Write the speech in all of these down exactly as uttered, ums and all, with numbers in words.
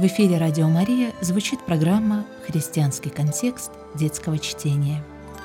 эфире «Радио Мария» звучит программа «Христианский контекст детского чтения».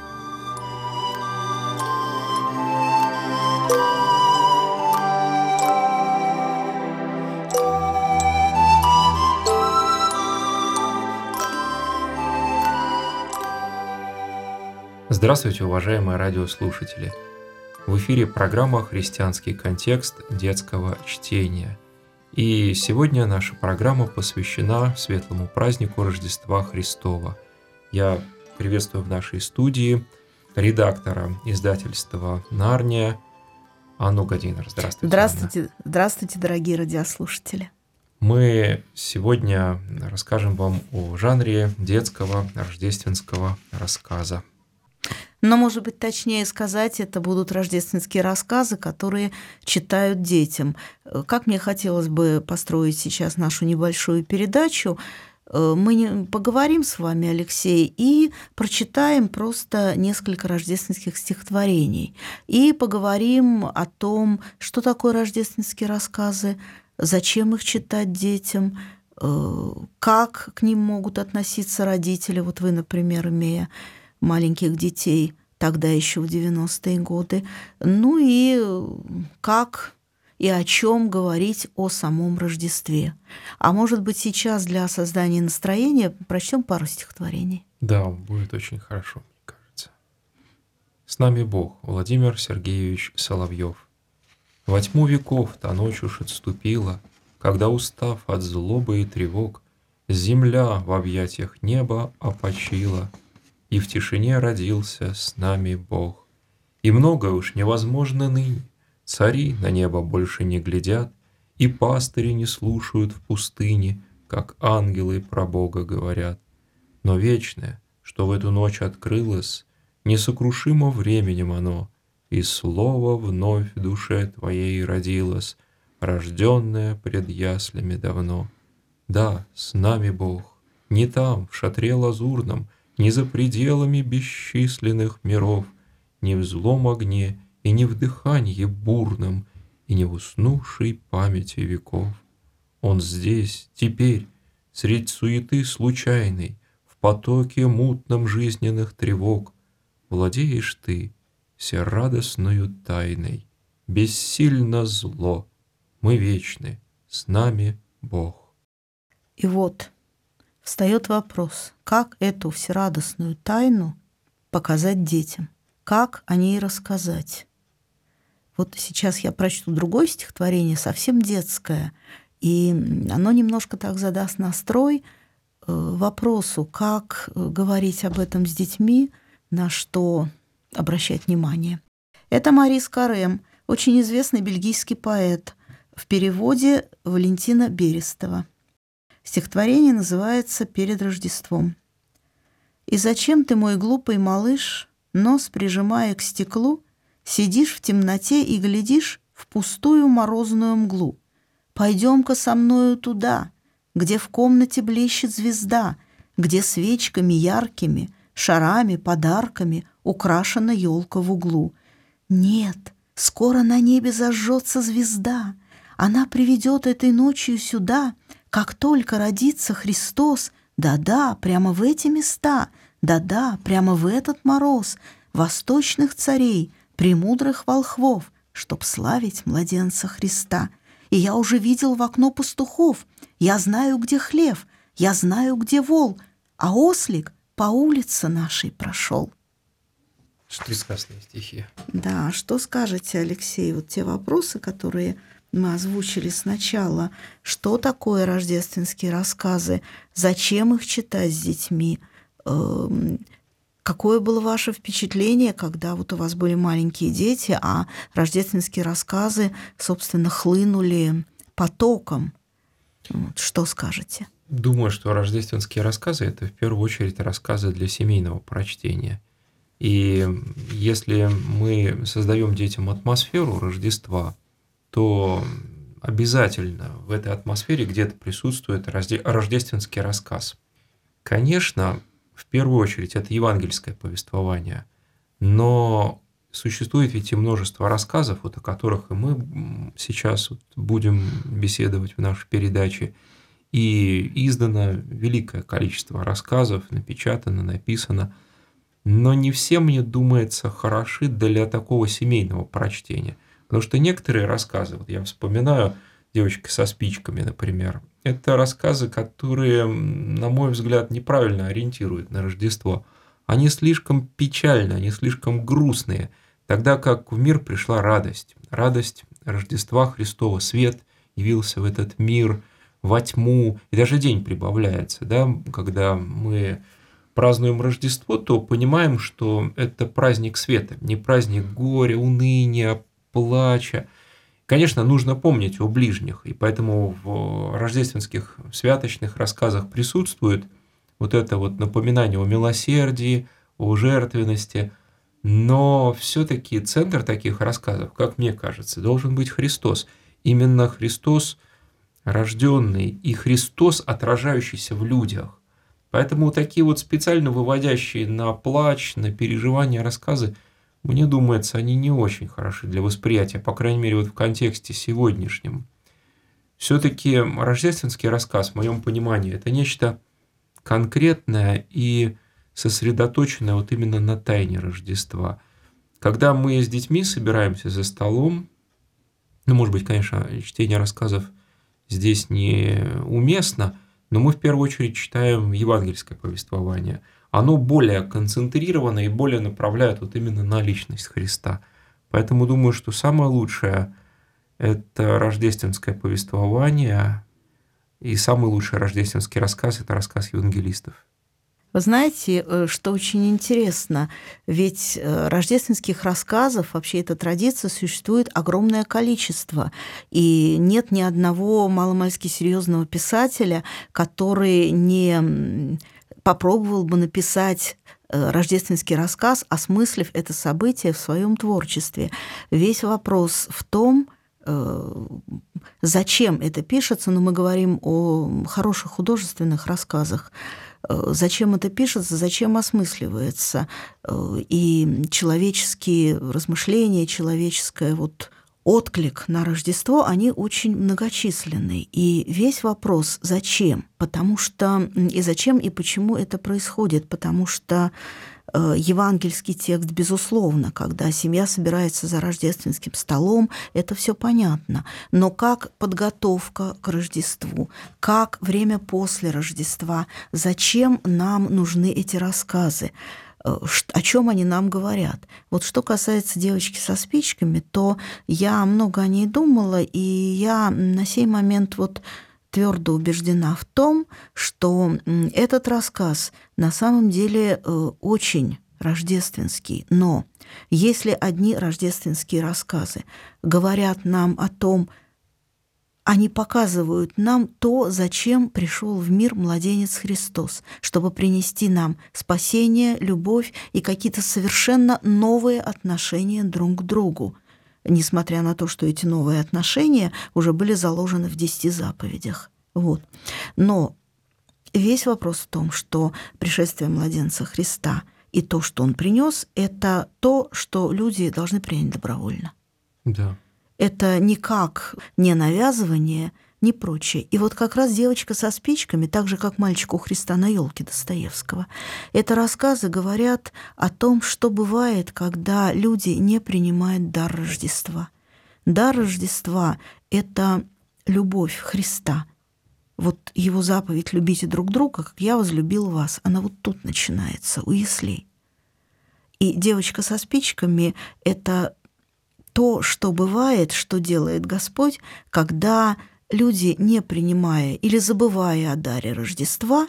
Здравствуйте, уважаемые радиослушатели! В эфире программа «Христианский контекст детского чтения». И сегодня наша программа посвящена светлому празднику Рождества Христова. Я приветствую в нашей студии редактора издательства «Нарния» Анну Годинер. Здравствуйте, Здравствуйте, Анна. Здравствуйте, дорогие радиослушатели. Мы сегодня расскажем вам о жанре детского рождественского рассказа. Но, может быть, точнее сказать, это будут рождественские рассказы, которые читают детям. Как мне хотелось бы построить сейчас нашу небольшую передачу, мы поговорим с вами, Алексей, и прочитаем просто несколько рождественских стихотворений. И поговорим о том, что такое рождественские рассказы, зачем их читать детям, как к ним могут относиться родители. Вот вы, например, имея маленьких детей, тогда еще в девяностые годы. Ну и как и о чем говорить о самом Рождестве. А может быть, сейчас для создания настроения прочтем пару стихотворений? Да, будет очень хорошо, мне кажется. С нами Бог, Владимир Сергеевич Соловьев. Во тьму веков та ночь уж отступила, когда, устав от злобы и тревог, земля в объятиях неба опочила, и в тишине родился с нами Бог. И многое уж невозможно ныне, цари на небо больше не глядят, и пастыри не слушают в пустыне, как ангелы про Бога говорят. Но вечное, что в эту ночь открылось, несокрушимо временем оно, и слово вновь в душе твоей родилось, рожденное пред яслями давно. Да, с нами Бог, не там, в шатре лазурном, ни за пределами бесчисленных миров, ни в злом огне и не в дыхании бурном, и не в уснувшей памяти веков. Он здесь, теперь, средь суеты случайной, в потоке мутном жизненных тревог, владеешь ты всерадостною тайной, бессильно зло, мы вечны, с нами Бог. И вот встает вопрос, как эту всерадостную тайну показать детям, как о ней рассказать. Вот сейчас я прочту другое стихотворение, совсем детское, и оно немножко так задаст настрой вопросу, как говорить об этом с детьми, на что обращать внимание. Это Марис Карем, очень известный бельгийский поэт, в переводе Валентина Берестова. Стихотворение называется «Перед Рождеством». «И зачем ты, мой глупый малыш, нос прижимая к стеклу, сидишь в темноте и глядишь в пустую морозную мглу? Пойдем-ка со мною туда, где в комнате блещет звезда, где свечками яркими, шарами, подарками украшена елка в углу. Нет, скоро на небе зажжется звезда, она приведет этой ночью сюда, как только родится Христос, да-да, прямо в эти места, да-да, прямо в этот мороз, восточных царей, премудрых волхвов, чтоб славить младенца Христа. И я уже видел в окно пастухов, я знаю, где хлев, я знаю, где вол, а ослик по улице нашей прошел». Прекрасные стихи. Да, что скажете, Алексей, вот те вопросы, которые мы озвучили сначала, что такое рождественские рассказы, зачем их читать с детьми, какое было ваше впечатление, когда вот у вас были маленькие дети, а рождественские рассказы, собственно, хлынули потоком. Вот, что скажете? Думаю, что рождественские рассказы – это в первую очередь рассказы для семейного прочтения. И если мы создаем детям атмосферу Рождества, то обязательно в этой атмосфере где-то присутствует рождественский рассказ. Конечно, в первую очередь это евангельское повествование, но существует ведь и множество рассказов, вот о которых и мы сейчас вот будем беседовать в нашей передаче, И издано великое количество рассказов, напечатано, написано. Но не все, мне думается, хороши для такого семейного прочтения. Потому что некоторые рассказы, вот я вспоминаю «Девочка со спичками», например, это рассказы, которые, на мой взгляд, неправильно ориентируют на Рождество. Они слишком печальные, они слишком грустные, тогда как в мир пришла радость. Радость Рождества Христова, свет явился в этот мир, во тьму, и даже день прибавляется. Да? Когда мы празднуем Рождество, то понимаем, что это праздник света, не праздник горя, уныния, плача. Конечно, нужно помнить о ближних, и поэтому в рождественских святочных рассказах присутствует вот это вот напоминание о милосердии, о жертвенности, но все-таки центр таких рассказов, как мне кажется, должен быть Христос. Именно Христос рожденный и Христос, отражающийся в людях. Поэтому такие вот специально выводящие на плач, на переживания рассказы, мне думается, они не очень хороши для восприятия, по крайней мере, вот в контексте сегодняшнем. Все-таки рождественский рассказ, в моем понимании, это нечто конкретное и сосредоточенное вот именно на тайне Рождества. Когда мы с детьми собираемся за столом, ну, может быть, конечно, чтение рассказов здесь не уместно, но мы в первую очередь читаем евангельское повествование. Оно более концентрировано и более направляет вот именно на личность Христа. Поэтому думаю, что самое лучшее – это рождественское повествование, и самый лучший рождественский рассказ – это рассказ евангелистов. Вы знаете, что очень интересно, ведь рождественских рассказов, вообще эта традиция существует огромное количество, и нет ни одного маломальски серьезного писателя, который не попробовал бы написать рождественский рассказ, осмыслив это событие в своем творчестве. Весь вопрос в том, зачем это пишется, но мы говорим о хороших художественных рассказах. Зачем это пишется, зачем осмысливается. И человеческие размышления, человеческое вот отклик на Рождество, они очень многочисленны. И весь вопрос «зачем?», потому что и зачем, и почему это происходит, потому что евангельский текст, безусловно, когда семья собирается за рождественским столом, это все понятно. Но как подготовка к Рождеству, как время после Рождества, зачем нам нужны эти рассказы? О чем они нам говорят? Вот что касается «Девочки со спичками», то я много о ней думала, и я на сей момент вот твердо убеждена в том, что этот рассказ на самом деле очень рождественский. Но если одни рождественские рассказы говорят нам о том, они показывают нам то, зачем пришел в мир младенец Христос, чтобы принести нам спасение, любовь и какие-то совершенно новые отношения друг к другу, несмотря на то, что эти новые отношения уже были заложены в десяти заповедях. Вот. Но весь вопрос в том, что пришествие младенца Христа и то, что он принес, это то, что люди должны принять добровольно. Да. Это никак не навязывание, ни прочее. И вот как раз «Девочка со спичками», так же, как «Мальчик у Христа на елке» Достоевского, это рассказы говорят о том, что бывает, когда люди не принимают дар Рождества. Дар Рождества — это любовь Христа. Вот его заповедь «любите друг друга, как я возлюбил вас», она вот тут начинается, у яслей. И «Девочка со спичками» — это то, что бывает, что делает Господь, когда люди, не принимая или забывая о даре Рождества,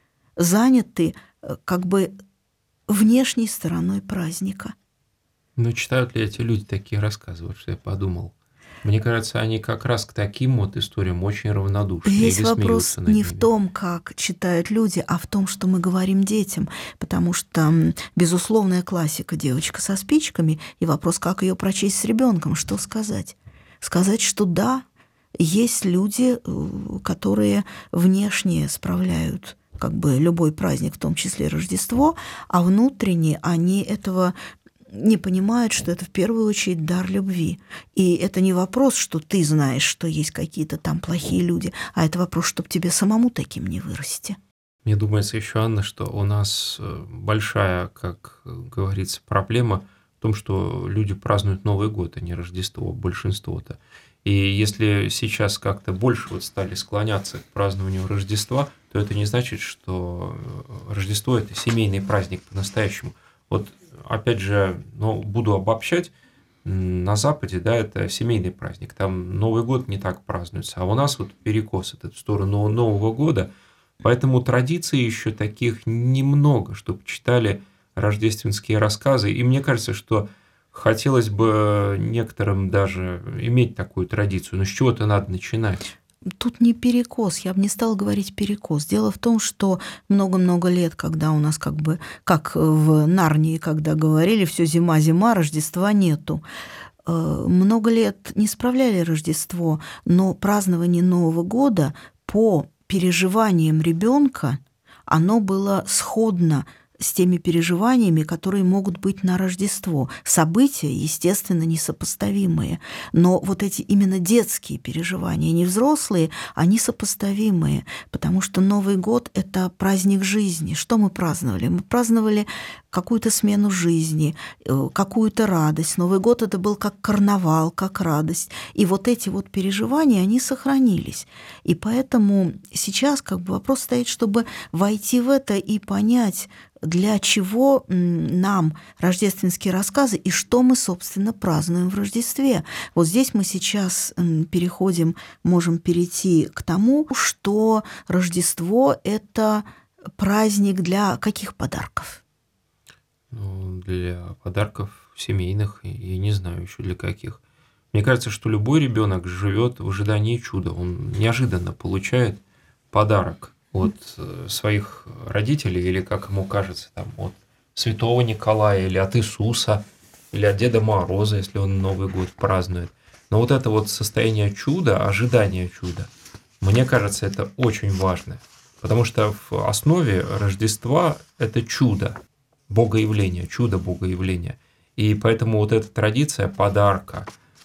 заняты как бы внешней стороной праздника. Но читают ли эти люди такие рассказы? Вот что я подумал. Мне кажется, они как раз к таким вот историям очень равнодушны. Весь вопрос не в том, как читают люди, а в том, что мы говорим детям. Потому что безусловная классика «Девочка со спичками», и вопрос, как ее прочесть с ребенком, что сказать? Сказать, что да, есть люди, которые внешне справляют как бы любой праздник, в том числе Рождество, а внутренне они этого не понимают, что это в первую очередь дар любви. И это не вопрос, что ты знаешь, что есть какие-то там плохие люди, а это вопрос, чтобы тебе самому таким не вырасти. Мне думается еще, Анна, что у нас большая, как говорится, проблема в том, что люди празднуют Новый год, а не Рождество, большинство-то. И если сейчас как-то больше вот стали склоняться к празднованию Рождества, то это не значит, что Рождество – это семейный праздник по-настоящему. Вот опять же, ну, буду обобщать, на Западе, да, это семейный праздник, там Новый год не так празднуется, а у нас вот перекос этот в сторону Нового года, поэтому традиций еще таких немного, чтобы читали рождественские рассказы, и мне кажется, что хотелось бы некоторым даже иметь такую традицию, но с чего-то надо начинать. Тут не перекос, я бы не стала говорить перекос. Дело в том, что много-много лет, когда у нас как бы, как в Нарнии, когда говорили, все зима-зима, Рождества нету. Много лет не справляли Рождество, но празднование Нового года по переживаниям ребенка, оно было сходно с теми переживаниями, которые могут быть на Рождество. События, естественно, несопоставимые, но вот эти именно детские переживания, не взрослые, они сопоставимые, потому что Новый год – это праздник жизни. Что мы праздновали? Мы праздновали какую-то смену жизни, какую-то радость. Новый год – это был как карнавал, как радость. И вот эти вот переживания, они сохранились. И поэтому сейчас как бы вопрос стоит, чтобы войти в это и понять, для чего нам рождественские рассказы и что мы, собственно, празднуем в Рождестве. Вот здесь мы сейчас переходим, можем перейти к тому, что Рождество – это праздник для каких подарков? Ну, для подарков семейных, и не знаю еще для каких. Мне кажется, что любой ребенок живет в ожидании чуда. Он неожиданно получает подарок от своих родителей, или, как ему кажется, там, от Святого Николая, или от Иисуса, или от Деда Мороза, если он Новый год празднует. Но вот это вот состояние чуда, ожидание чуда, мне кажется, это очень важно. Потому что в основе Рождества это чудо, богоявление, чудо богоявления. И поэтому вот эта традиция подарка,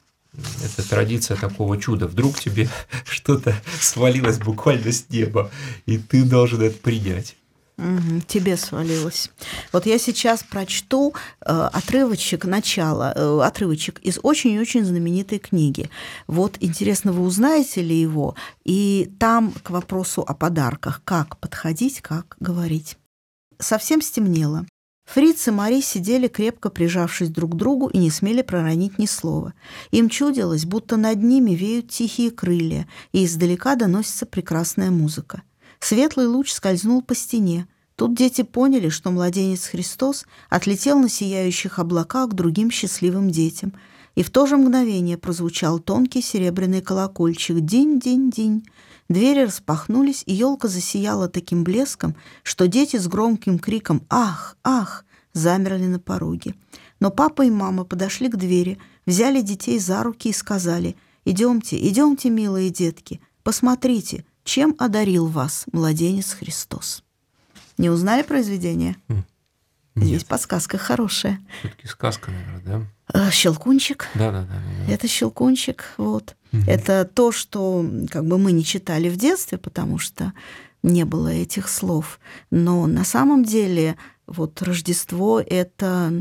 это традиция такого чуда. Вдруг тебе что-то свалилось буквально с неба, и ты должен это принять. Угу, тебе свалилось. Вот я сейчас прочту э, отрывочек начала, э, отрывочек из очень-очень знаменитой книги. Вот интересно, вы узнаете ли его? И там к вопросу о подарках. Как подходить, как говорить. Совсем стемнело. Фриц и Мари сидели, крепко прижавшись друг к другу, и не смели проронить ни слова. Им чудилось, будто над ними веют тихие крылья, и издалека доносится прекрасная музыка. Светлый луч скользнул по стене. Тут дети поняли, что младенец Христос отлетел на сияющих облаках к другим счастливым детям. И в то же мгновение прозвучал тонкий серебряный колокольчик «Динь-динь-динь». Двери распахнулись, и елка засияла таким блеском, что дети с громким криком «Ах! Ах!» замерли на пороге. Но папа и мама подошли к двери, взяли детей за руки и сказали: «Идемте, идемте, милые детки, посмотрите, чем одарил вас младенец Христос». Не узнали произведение? Нет. Здесь подсказка хорошая. Все-таки сказка, наверное, да? Щелкунчик. Да-да-да. Это Щелкунчик, вот. Угу. Это то, что как бы мы не читали в детстве, потому что не было этих слов. Но на самом деле вот Рождество – это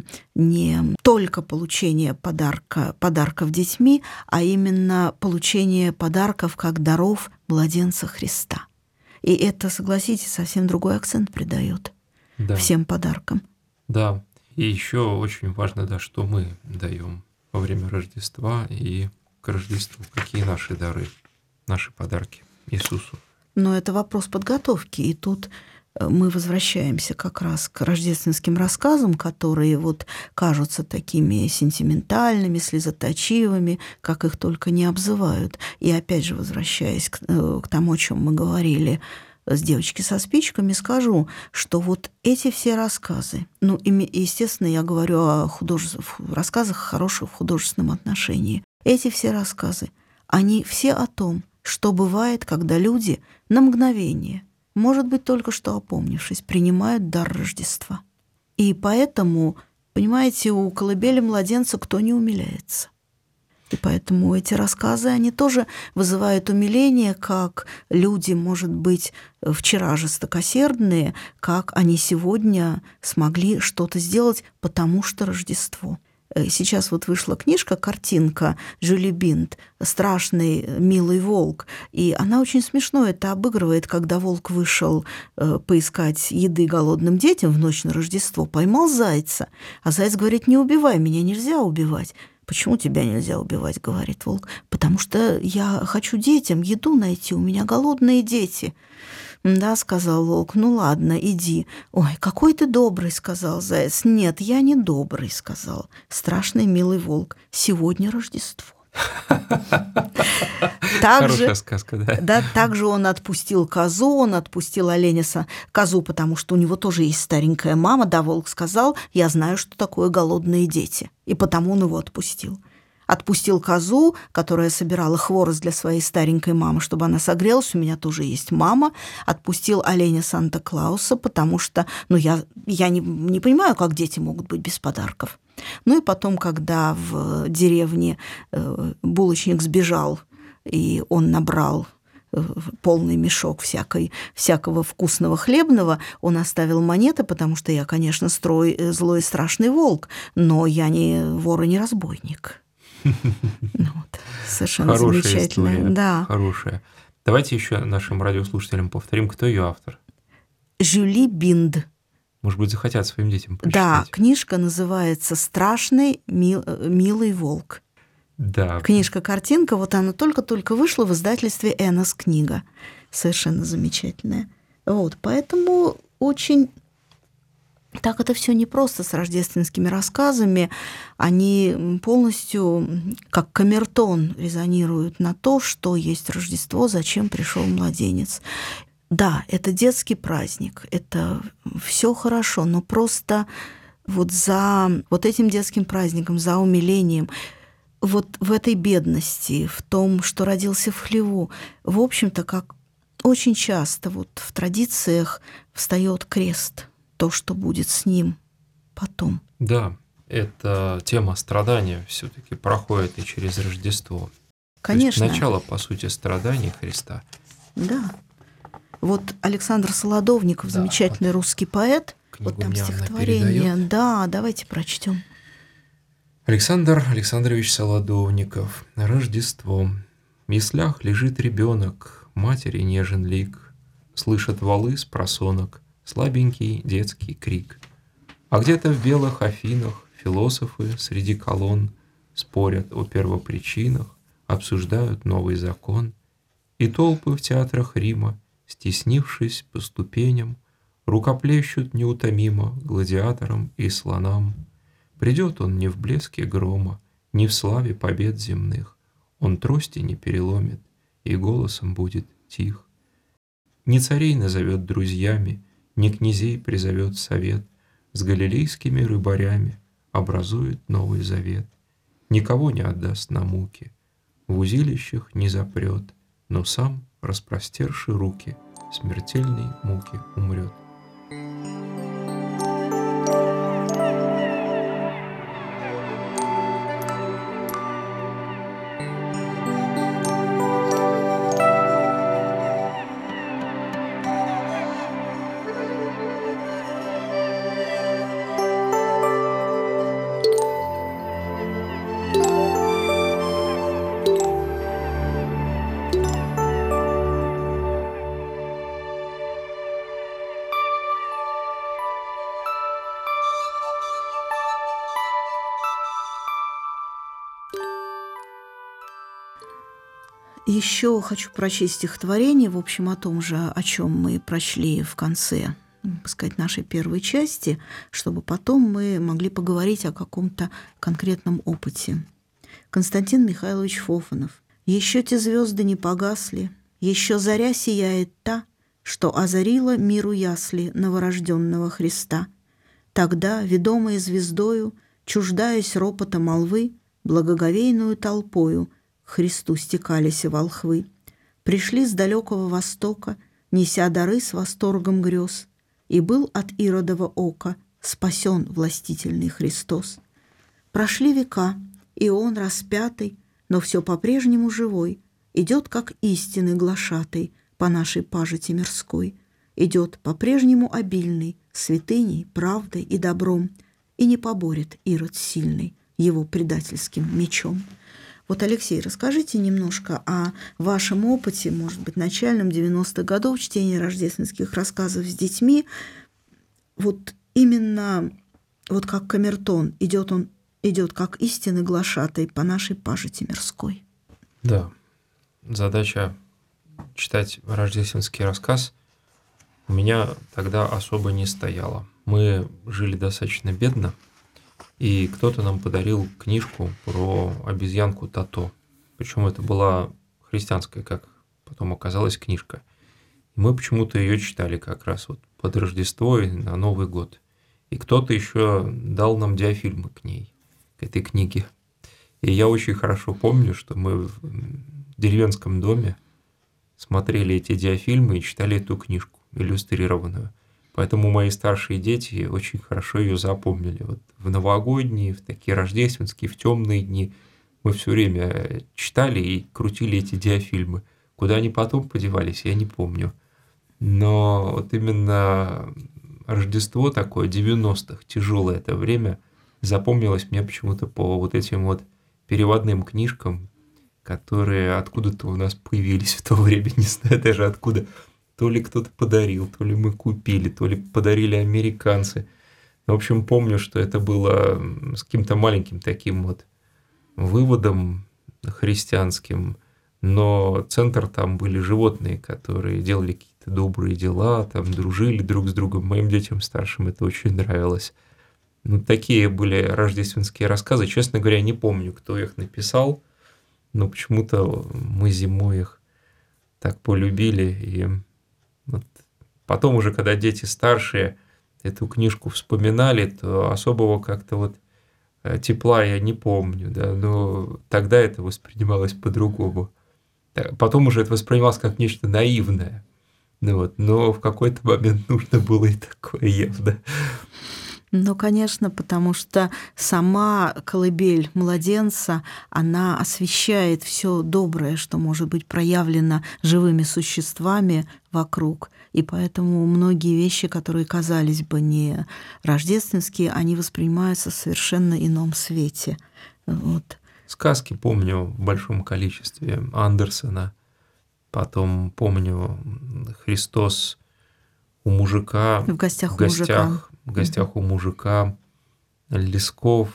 не только получение подарка, подарков детьми, а именно получение подарков как даров младенца Христа. И это, согласитесь, совсем другой акцент придает да. всем подаркам. Да, и еще очень важно, да, что мы даем во время Рождества и к Рождеству, какие наши дары, наши подарки Иисусу. Но это вопрос подготовки, и тут мы возвращаемся как раз к рождественским рассказам, которые вот кажутся такими сентиментальными, слезоточивыми, как их только не обзывают. И опять же, возвращаясь к, к тому, о чем мы говорили с «Девочки со спичками», скажу, что вот эти все рассказы, ну, и, естественно, я говорю о художе... рассказах хороших в художественном отношении, эти все рассказы, они все о том, что бывает, когда люди на мгновение, может быть, только что опомнившись, принимают дар Рождества. И поэтому Понимаете, у колыбели младенца кто не умиляется. И поэтому эти рассказы, они тоже вызывают умиление, как люди, может быть, вчера жестокосердные, как они сегодня смогли что-то сделать, потому что Рождество. Сейчас вот вышла книжка, картинка Жюли Бинд «Страшный милый волк», и она очень смешно это обыгрывает, когда волк вышел поискать еды голодным детям в ночь на Рождество, поймал зайца, а заяц говорит: «Не убивай, меня нельзя убивать». «Почему тебя нельзя убивать?» — говорит волк. «Потому что я хочу детям еду найти, у меня голодные дети». «Да», — сказал волк, — «ну ладно, иди». «Ой, какой ты добрый», — сказал заяц. «Нет, я не добрый», — сказал страшный милый волк. «Сегодня Рождество». Хорошая сказка, да. Да, также он отпустил козу, он отпустил оленя, козу, потому что у него тоже есть старенькая мама, да, волк сказал: «Я знаю, что такое голодные дети», и потому он его отпустил. Отпустил козу, которая собирала хворост для своей старенькой мамы, чтобы она согрелась, у меня тоже есть мама. Отпустил оленя Санта-Клауса, потому что, ну, я, я не, не понимаю, как дети могут быть без подарков. Ну и потом, когда в деревне булочник сбежал, и он набрал полный мешок всякой, всякого вкусного хлебного, он оставил монеты, потому что я, конечно, строй, злой и страшный волк, но я не вор и не разбойник. Вот. Совершенно Хорошая замечательная. История, да. Хорошая. Давайте еще нашим радиослушателям повторим, кто ее автор. Жюли Бинд. Может быть, захотят своим детям прочитать. Да, книжка называется «Страшный мил, милый волк». Да. Книжка-картинка, вот она только-только вышла в издательстве «Энос книга». Совершенно замечательная. Вот, поэтому очень... Так это все непросто с рождественскими рассказами. Они полностью, как камертон, резонируют на то, что есть Рождество, зачем пришел младенец. Да, это детский праздник, это все хорошо, но просто вот за вот этим детским праздником, за умилением, вот в этой бедности, в том, что родился в хлеву, в общем-то, как очень часто вот в традициях встает крест, то, что будет с ним потом. Да, эта тема страдания все-таки проходит и через Рождество. Конечно. То есть начало, по сути, страданий Христа. Да. Вот Александр Солодовников, да, замечательный вот русский поэт, вот там стихотворение. Да, давайте прочтем. Александр Александрович Солодовников. Рождество. В яслях лежит ребенок, матери нежен лик, слышат валы с просонок слабенький детский крик. А где-то в белых Афинах философы среди колонн спорят о первопричинах, обсуждают новый закон, и толпы в театрах Рима, стеснившись по ступеням, рукоплещут неутомимо гладиаторам и слонам. Придет он не в блеске грома, не в славе побед земных, он трости не переломит и голосом будет тих. Не царей назовет друзьями, не князей призовет совет, с галилейскими рыбарями образует новый завет. Никого не отдаст на муки, в узилищах не запрет, но сам, распростерши руки, смертельной муки умрет. Еще хочу прочесть стихотворение, в общем, о том же, о чем мы прочли в конце, так сказать, нашей первой части, чтобы потом мы могли поговорить о каком-то конкретном опыте. Константин Михайлович Фофанов. «Еще те звезды не погасли, еще заря сияет та, что озарила миру ясли новорожденного Христа. Тогда, ведомые звездою, чуждаясь ропота молвы, благоговейную толпою к Христу стекались волхвы. Пришли с далекого востока, неся дары с восторгом грез, и был от Иродова ока спасен властительный Христос. Прошли века, и Он распятый, но все по-прежнему живой, идет как истинный глашатый по нашей пажити мирской, идет по-прежнему обильный святыней, правдой и добром, и не поборет Ирод сильный его предательским мечом. Вот, Алексей, расскажите немножко о вашем опыте, может быть, начальном девяностых годов чтения рождественских рассказов с детьми. Вот именно вот как камертон идет он идет как истинный глашатай по нашей пажити мирской. Да, задача читать рождественский рассказ у меня тогда особо не стояла. Мы жили достаточно бедно, и кто-то нам подарил книжку про обезьянку Тото. Причем это была христианская, как потом оказалась, книжка. И мы почему-то ее читали как раз вот под Рождество и на Новый год. И кто-то еще дал нам диафильмы к ней, к этой книге. И я очень хорошо помню, что мы в деревенском доме смотрели эти диафильмы и читали эту книжку иллюстрированную. Поэтому мои старшие дети очень хорошо ее запомнили. Вот в новогодние, в такие рождественские, в темные дни мы все время читали и крутили эти диафильмы. Куда они потом подевались, я не помню. Но вот именно Рождество такое, девяностых, тяжелое это время, запомнилось мне почему-то по вот этим вот переводным книжкам, которые откуда-то у нас появились в то время, не знаю даже откуда. То ли кто-то подарил, то ли мы купили, то ли подарили американцы. В общем, помню, что это было с каким-то маленьким таким вот выводом христианским, но центр там были животные, которые делали какие-то добрые дела, там дружили друг с другом. Моим детям старшим это очень нравилось. Ну, такие были рождественские рассказы. Честно говоря, не помню, кто их написал, но почему-то мы зимой их так полюбили. И вот потом уже, когда дети старшие эту книжку вспоминали, то особого как-то вот тепла я не помню, да, но тогда это воспринималось по-другому. Потом уже это воспринималось как нечто наивное, ну вот, но в какой-то момент нужно было и такое явно. Ну, конечно, потому что сама колыбель младенца, она освещает все доброе, что может быть проявлено живыми существами вокруг. И поэтому многие вещи, которые казались бы не рождественские, они воспринимаются в совершенно ином свете. Вот. Сказки помню в большом количестве Андерсена. Потом помню Христос у мужика. В гостях, в гостях, мужика. В гостях у мужика. Лесков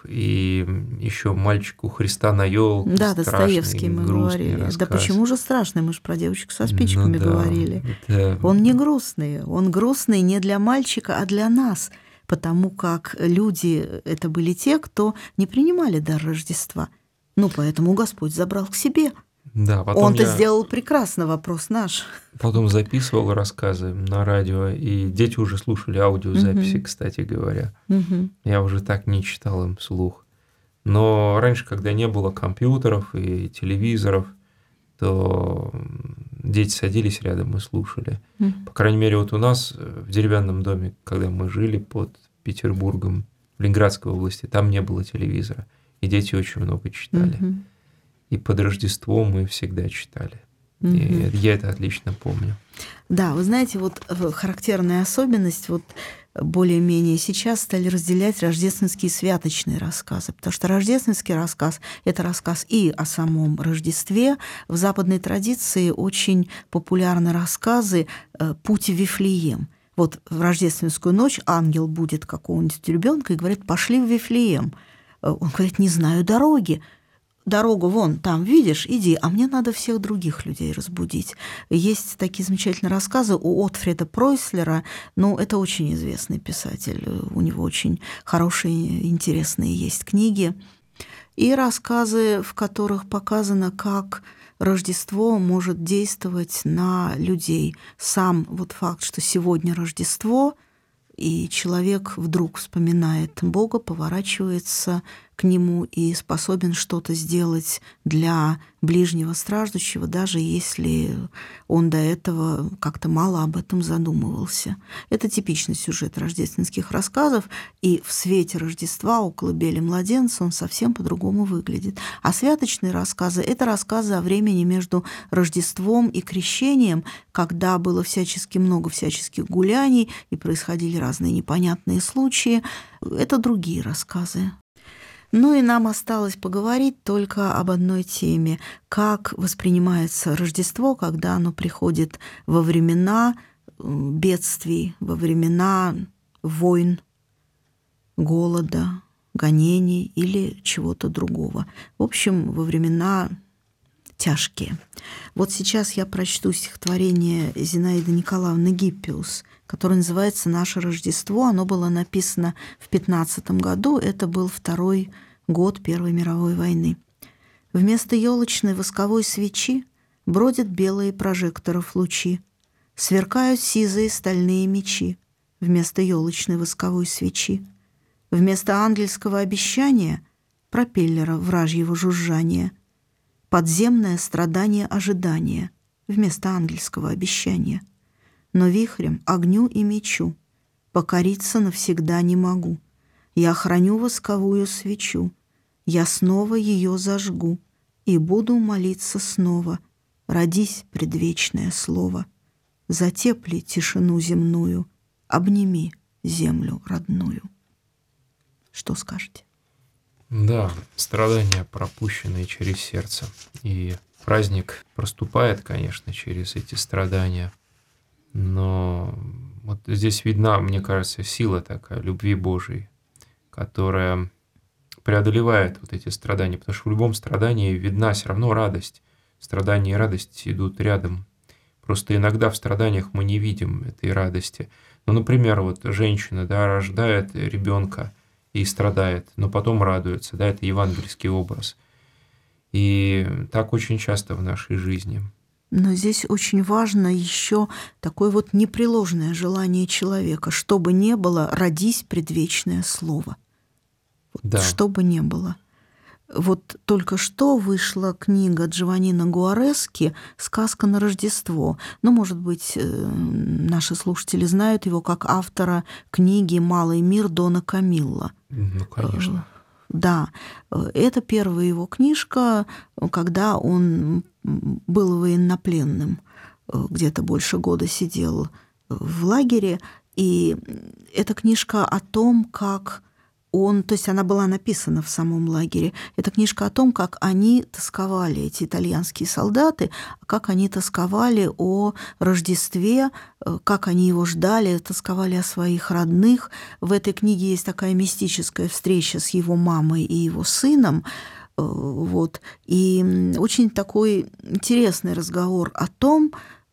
и еще мальчик у Христа на елке. Да, Достоевский мы говорили. Рассказ. Да почему же страшный? Мы же про девочку со спичками ну, да, говорили. Да. Он не грустный. Он грустный не для мальчика, а для нас. Потому как люди — это были те, кто не принимали дар Рождества. Ну, поэтому Господь забрал к себе. Да, Он-то я... сделал прекрасно, вопрос наш. Потом записывал рассказы на радио, и дети уже слушали аудиозаписи, угу. кстати говоря. Угу. Я уже так не читал им вслух. Но раньше, когда не было компьютеров и телевизоров, то дети садились рядом и слушали. угу. По крайней мере, вот у нас в деревянном доме, когда мы жили под Петербургом, в Ленинградской области, там не было телевизора, и дети очень много читали. угу. И под Рождество мы всегда читали. Угу. И я это отлично помню. Да, вы знаете, вот характерная особенность, вот более-менее сейчас стали разделять рождественские и святочные рассказы, потому что рождественский рассказ — это рассказ и о самом Рождестве. В западной традиции очень популярны рассказы «Путь в Вифлеем». Вот в рождественскую ночь ангел будет какого-нибудь ребенка и говорит: «Пошли в Вифлеем». Он говорит: «Не знаю дороги». Дорогу вон там видишь, иди, а мне надо всех других людей разбудить. Есть такие замечательные рассказы у Отфрида Пройслера, ну, это очень известный писатель, у него очень хорошие, интересные есть книги, и рассказы, в которых показано, как Рождество может действовать на людей. Сам вот факт, что сегодня Рождество, и человек вдруг вспоминает Бога, поворачивается к Нему и способен что-то сделать для ближнего страждущего, даже если он до этого как-то мало об этом задумывался. Это типичный сюжет рождественских рассказов, и в свете Рождества у колыбели младенца он совсем по-другому выглядит. А святочные рассказы — это рассказы о времени между Рождеством и Крещением, когда было всячески много всяческих гуляний и происходили разные непонятные случаи. Это другие рассказы. Ну и нам осталось поговорить только об одной теме: как воспринимается Рождество, когда оно приходит во времена бедствий, во времена войн, голода, гонений или чего-то другого. В общем, во времена тяжкие. Вот сейчас я прочту стихотворение Зинаиды Николаевны Гиппиус, которое называется «Наше Рождество». Оно было написано в пятнадцатом году, это был второй год Первой мировой войны. Вместо елочной восковой свечи бродят белые прожекторов лучи, сверкают сизые стальные мечи вместо елочной восковой свечи. Вместо ангельского обещания — пропеллера вражьего жужжания, подземное страдание ожидания вместо ангельского обещания. Но вихрем, огню и мечу покориться навсегда не могу. Я храню восковую свечу, я снова ее зажгу и буду молиться снова. Родись, предвечное слово, затепли тишину земную, обними землю родную. Что скажете? Да, страдания, пропущенные через сердце. И праздник проступает, конечно, через эти страдания. Но вот здесь видна, мне кажется, сила такая любви Божией, которая преодолевает вот эти страдания. Потому что в любом страдании видна все равно радость. Страдания и радость идут рядом. Просто иногда в страданиях мы не видим этой радости. Ну, например, вот женщина, да, рождает ребенка и страдает, но потом радуется, да, это евангельский образ. И так очень часто в нашей жизни. Но здесь очень важно еще такое вот непреложное желание человека, что бы ни было, родись предвечное слово. Вот Да. Что бы ни было. Вот только что вышла книга Джованнино Гуарески «Сказка на Рождество». Ну, может быть, наши слушатели знают его как автора книги «Малый мир» Дона Камилла. Ну, конечно. Да, это первая его книжка, когда он был военнопленным, где-то больше года сидел в лагере. И эта книжка о том, как он, то есть она была написана в самом лагере, это книжка о том, как они тосковали, эти итальянские солдаты, как они тосковали о Рождестве, как они его ждали, тосковали о своих родных. В этой книге есть такая мистическая встреча с его мамой и его сыном. Вот. И очень такой интересный разговор о том,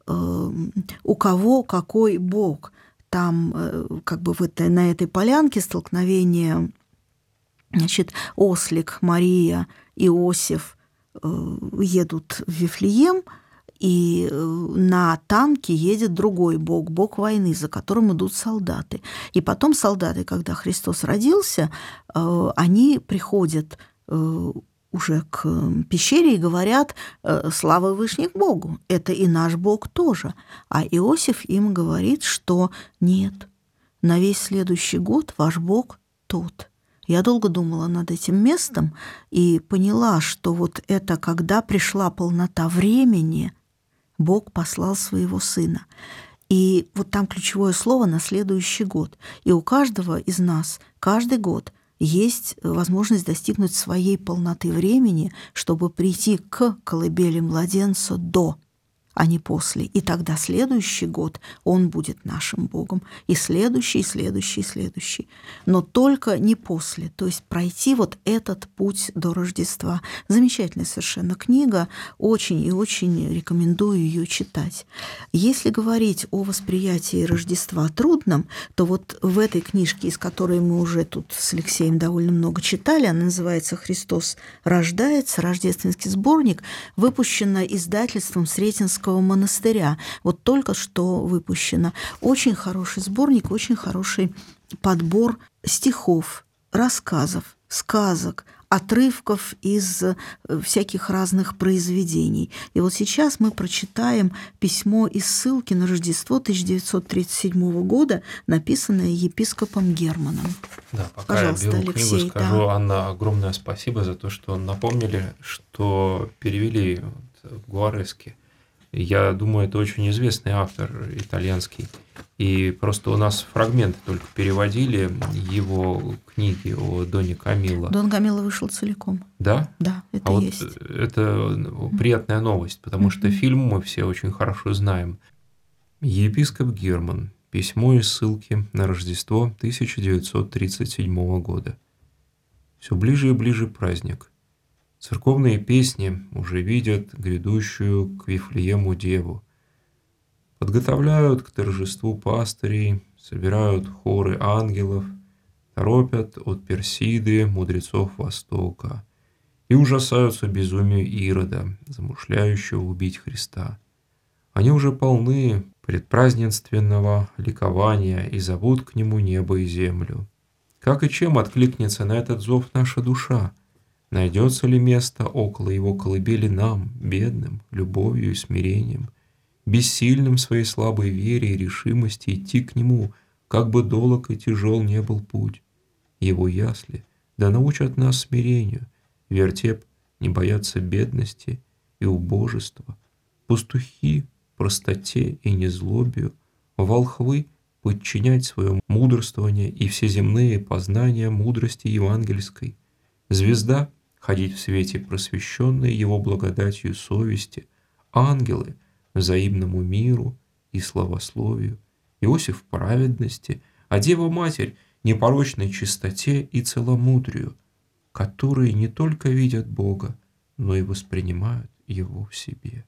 у кого какой Бог. Там как бы в этой, на этой полянке столкновение, значит, ослик, Мария, Иосиф едут в Вифлеем, и на танке едет другой бог, бог войны, за которым идут солдаты. И потом солдаты, когда Христос родился, они приходят уже к пещере и говорят: слава Вышних Богу, это и наш Бог тоже. А Иосиф им говорит, что нет, на весь следующий год ваш Бог тот. Я долго думала над этим местом и поняла, что вот это когда пришла полнота времени, Бог послал своего Сына. И вот там ключевое слово «на следующий год». И у каждого из нас каждый год есть возможность достигнуть своей полноты времени, чтобы прийти к колыбели младенца до, а не после. И тогда следующий год он будет нашим Богом. И следующий, и следующий, и следующий. Но только не после. То есть пройти вот этот путь до Рождества. Замечательная совершенно книга. Очень и очень рекомендую ее читать. Если говорить о восприятии Рождества трудном, то вот в этой книжке, из которой мы уже тут с Алексеем довольно много читали, она называется «Христос рождается», рождественский сборник, выпущена издательством Сретенского монастыря. Вот только что выпущено. Очень хороший сборник, очень хороший подбор стихов рассказов, сказок, отрывков из всяких разных произведений. И вот сейчас мы прочитаем письмо из ссылки на Рождество тысяча девятьсот тридцать седьмого года, написанное епископом Германом. Да, пока Пожалуйста, я беру Алексей, книгу, скажу, да. Анна, огромное спасибо за то, что напомнили, что перевели Гуарески. Я думаю, это очень известный автор итальянский. И просто у нас фрагменты только переводили его книги о Доне Камилло. Дон Камилло вышел целиком. Да? Да, это а есть. Вот это приятная новость, потому что фильм мы все очень хорошо знаем. Епископ Герман. Письмо из ссылки на Рождество тысяча девятьсот тридцать седьмого года. Все ближе и ближе праздник. Церковные песни уже видят грядущую к Вифлеему Деву. Подготовляют к торжеству пастырей, собирают хоры ангелов, торопят от Персиды мудрецов Востока и ужасаются безумию Ирода, замышляющего убить Христа. Они уже полны предпразднественного ликования и зовут к нему небо и землю. Как и чем откликнется на этот зов наша душа? Найдется ли место около его колыбели нам, бедным, любовью и смирением, бессильным в своей слабой вере и решимости идти к нему, как бы долог и тяжел не был путь? Его ясли да научат нас смирению, вертеп не бояться бедности и убожества, пастухи простоте и незлобию, волхвы подчинять свое мудрствование и всеземные познания мудрости евангельской, звезда ходить в свете просвещенной его благодатью совести, ангелы взаимному миру и славословию, Иосиф в праведности, а Дева-Матерь непорочной чистоте и целомудрию, которые не только видят Бога, но и воспринимают Его в себе.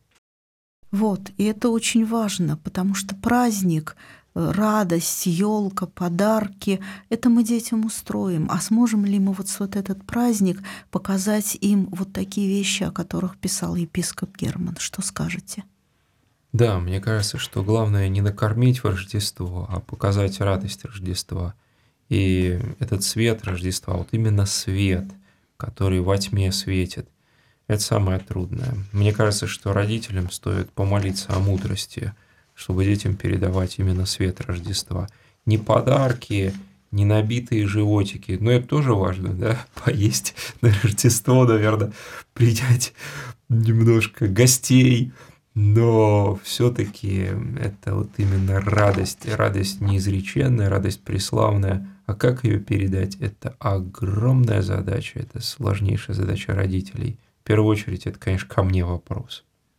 Вот, и это очень важно, потому что праздник, радость, елка, подарки — это мы детям устроим. А сможем ли мы вот, вот этот праздник показать им вот такие вещи, о которых писал епископ Герман? Что скажете? Да, мне кажется, что главное не накормить в Рождество, а показать радость Рождества. И этот свет Рождества, вот именно свет, который во тьме светит, это самое трудное. Мне кажется, что родителям стоит помолиться о мудрости, чтобы детям передавать именно свет Рождества. Не подарки, не набитые животики, но это тоже важно, да, поесть на Рождество, наверное, принять немножко гостей, но все-таки это вот именно радость, радость неизреченная, радость преславная. А как ее передать? Это огромная задача, это сложнейшая задача родителей. В первую очередь, это, конечно, ко мне вопрос.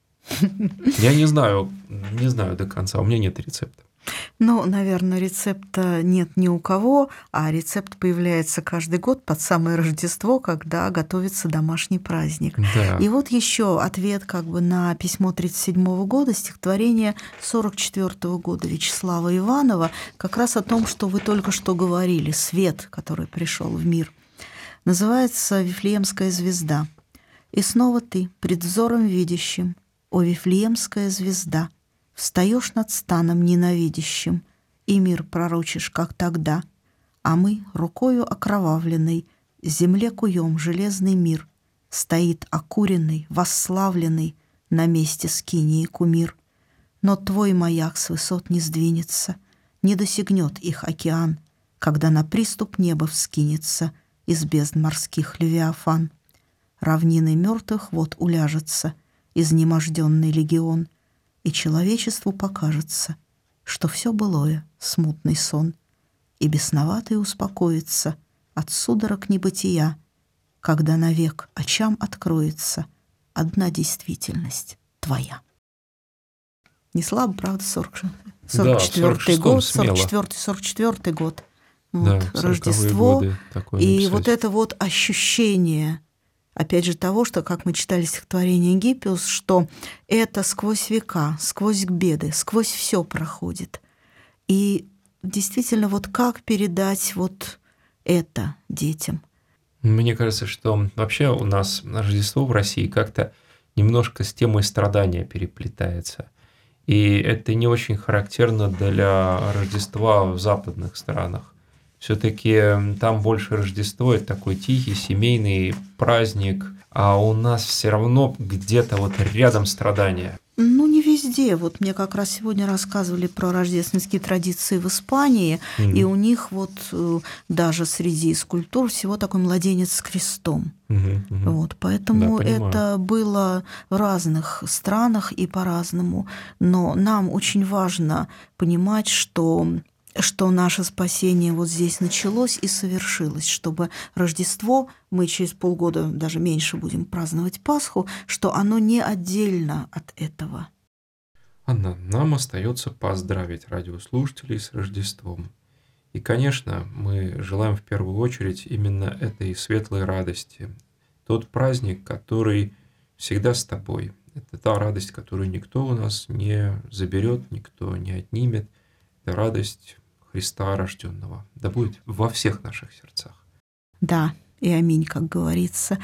Я не знаю, не знаю до конца, у меня нет рецепта. Ну, наверное, рецепта нет ни у кого, а рецепт появляется каждый год под самое Рождество, когда готовится домашний праздник. Да. И вот еще ответ как бы на письмо тридцать седьмого года, стихотворение сорок четвёртого года Вячеслава Иванова, как раз о том, что вы только что говорили, свет, который пришел в мир. Называется «Вифлеемская звезда». «И снова ты, пред взором видящим, о Вифлеемская звезда, встаешь над станом ненавидящим, и мир пророчишь, как тогда, а мы, рукою окровавленной, земле куем железный мир, стоит окуренный, восславленный на месте скинии кумир. Но твой маяк с высот не сдвинется, не досягнет их океан, когда на приступ неба вскинется из бездн морских левиафан. Равнины мертвых вод уляжется изнеможденный легион, и человечеству покажется, что все былое — смутный сон, и бесноватый успокоится от судорог небытия, когда навек очам откроется одна действительность твоя». Не слабо, правда, сорок четвёртый год, сорок четвёртый сорок четвёртый год. Вот, да, Рождество. Годы и написать. Вот это вот ощущение, опять же, того, что, как мы читали стихотворение Гиппиус, что это сквозь века, сквозь беды, сквозь все проходит. И действительно, вот как передать вот это детям? Мне кажется, что вообще у нас Рождество в России как-то немножко с темой страдания переплетается. И это не очень характерно для Рождества в западных странах. Все-таки там больше Рождество, это такой тихий семейный праздник, а у нас все равно где-то вот рядом страдания. Ну, не везде. Вот мне как раз сегодня рассказывали про рождественские традиции в Испании, mm-hmm. и у них вот даже среди скульптур всего такой младенец с крестом. Mm-hmm. Mm-hmm. Вот, поэтому да, это было в разных странах и по-разному. Но нам очень важно понимать, что что наше спасение вот здесь началось и совершилось, чтобы Рождество, мы через полгода, даже меньше будем праздновать Пасху, что оно не отдельно от этого. Анна, нам остается поздравить радиослушателей с Рождеством. И, конечно, мы желаем в первую очередь именно этой светлой радости. Тот праздник, который всегда с тобой. Это та радость, которую никто у нас не заберет, никто не отнимет. Это радость Христа рожденного. Да будет во всех наших сердцах. Да, и аминь, как говорится.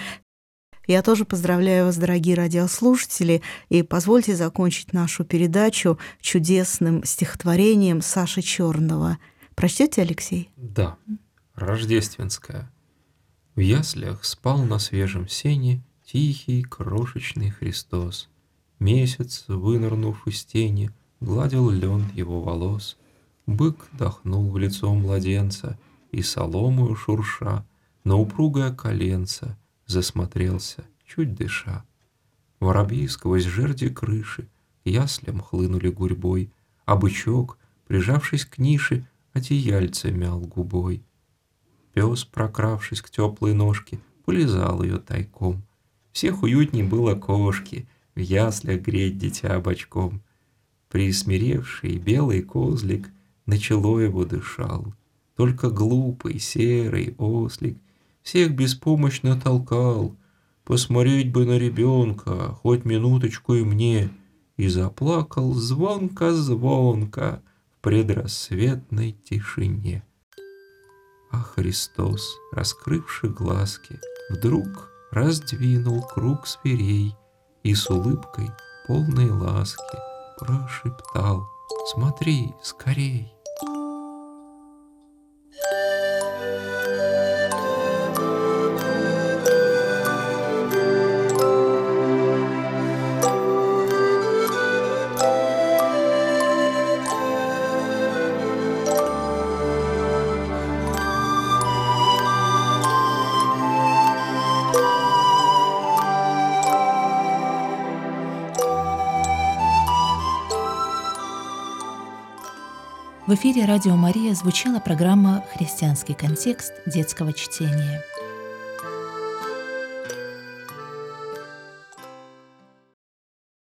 Я тоже поздравляю вас, дорогие радиослушатели, и позвольте закончить нашу передачу чудесным стихотворением Саши Черного. Прочтете, Алексей? Да, рождественское. В яслях спал на свежем сене тихий крошечный Христос. Месяц, вынырнув из тени, гладил лен его волос. Бык дохнул в лицо младенца, и соломою шурша на упругое коленце засмотрелся, чуть дыша. Воробьи сквозь жерди крыши к яслям хлынули гурьбой, а бычок, прижавшись к нише, одеяльце мял губой. Пес, прокравшись к теплой ножке, полизал ее тайком. Всех уютней было кошки в яслях греть дитя бочком. Присмиревший белый козлик на чело его дышал. Только глупый серый ослик всех беспомощно толкал. Посмотреть бы на ребенка, хоть минуточку и мне, и заплакал звонко-звонко в предрассветной тишине. А Христос, раскрывши глазки, вдруг раздвинул круг зверей и с улыбкой полной ласки прошептал: «Смотри, скорей!» В эфире «Радио Мария» звучала программа «Христианский контекст детского чтения».